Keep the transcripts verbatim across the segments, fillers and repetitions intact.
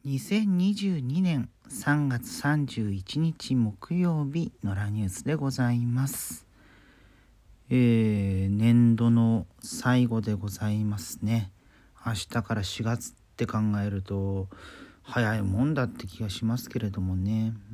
にせんにじゅうにねんさんがつさんじゅういちにち木曜日のラニュースでございます。えー、年度の最後でございますね。明日からしがつって考えると早いもんだって気がしますけれどもね。うん、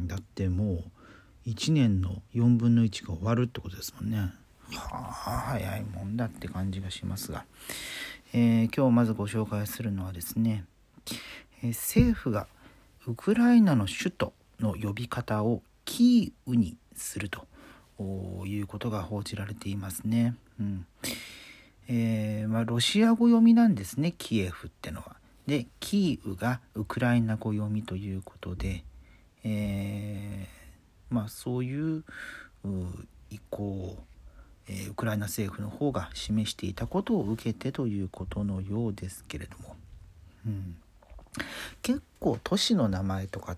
だってもういちねんのよんぶんのいちが終わるってことですもんね。はあ、早いもんだって感じがしますが、えー、今日まずご紹介するのはですね、えー、政府がウクライナの首都の呼び方をキーウにするということが報じられていますね。うんえーまあ、ロシア語読みなんですね、キエフってのは。で、キーウがウクライナ語読みということで、えーまあ、そういう意向をウクライナ政府の方が示していたことを受けてということのようですけれども、うん、結構都市の名前とかって、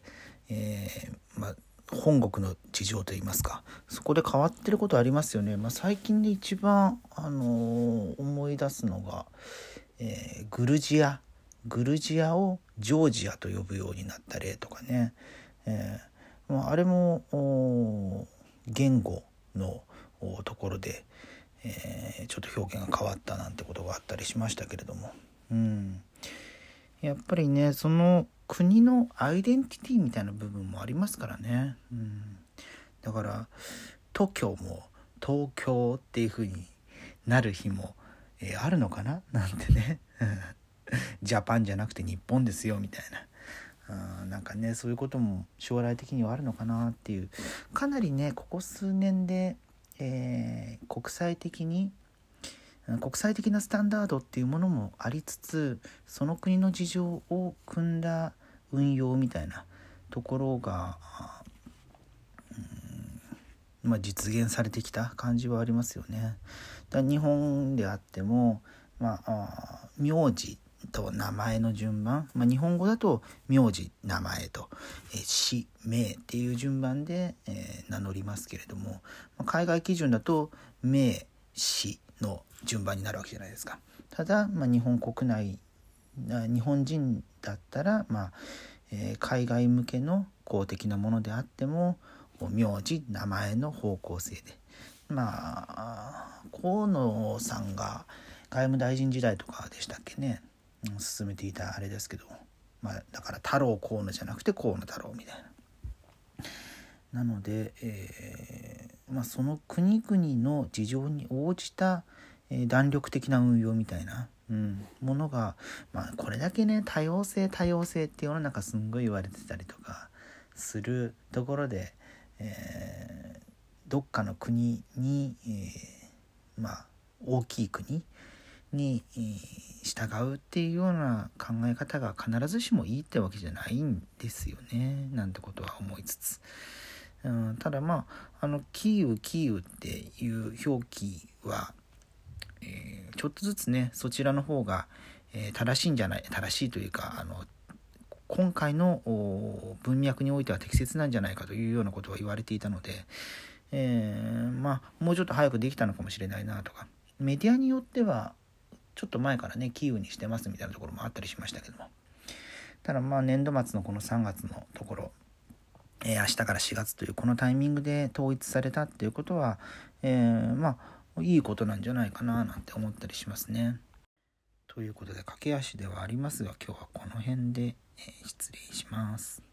えーまあ、本国の事情といいますか、そこで変わってることありますよね。まあ、最近で一番、あのー、思い出すのが、えー、グルジアグルジアをジョージアと呼ぶようになった例とかね、えーまあ、あれも言語のところで、えー、ちょっと表現が変わったなんてことがあったりしましたけれども、うん、やっぱりね、その国のアイデンティティみたいな部分もありますからね、うん、だから東京も東京っていう風になる日も、えー、あるのかななんてねジャパンじゃなくて日本ですよみたいな、うん、なんかね、そういうことも将来的にはあるのかなっていう、かなりねここ数年で、えー、国際的に国際的なスタンダードっていうものもありつつ、その国の事情を組んだ運用みたいなところが、うんまあ、実現されてきた感じはありますよね。だ日本であっても、まあ、あ名字と名前の順番、まあ、日本語だと名字名前と、えー、氏名っていう順番で、えー、名乗りますけれども、まあ、海外基準だと名氏の順番になるわけじゃないですか。ただ、まあ、日本国内日本人だったら、まあえー、海外向けの公的なものであっても名字名前の方向性で、まあ河野さんが外務大臣時代とかでしたっけね、進めていたあれですけど、まあ、だから太郎河野じゃなくて河野太郎みたいな。なので、えーまあ、その国々の事情に応じた、えー、弾力的な運用みたいな、うん、ものが、まあ、これだけね多様性多様性って世の中すんごい言われてたりとかするところで、えー、どっかの国に、えー、まあ大きい国に従うっていうような考え方が必ずしもいいってわけじゃないんですよね、なんてことは思いつつ、うん、ただまああのキーウキーウっていう表記は、えー、ちょっとずつねそちらの方が、えー、正しいんじゃない正しいというかあの今回の文脈においては適切なんじゃないかというようなことは言われていたので、えー、まあもうちょっと早くできたのかもしれないなとか、メディアによってはちょっと前からねキーウにしてますみたいなところもあったりしましたけども、ただまあ年度末のこのさんがつのところ、えー、明日からしがつというこのタイミングで統一されたっていうことは、えー、まあいいことなんじゃないかななんて思ったりしますね。ということで駆け足ではありますが今日はこの辺で、えー、失礼します。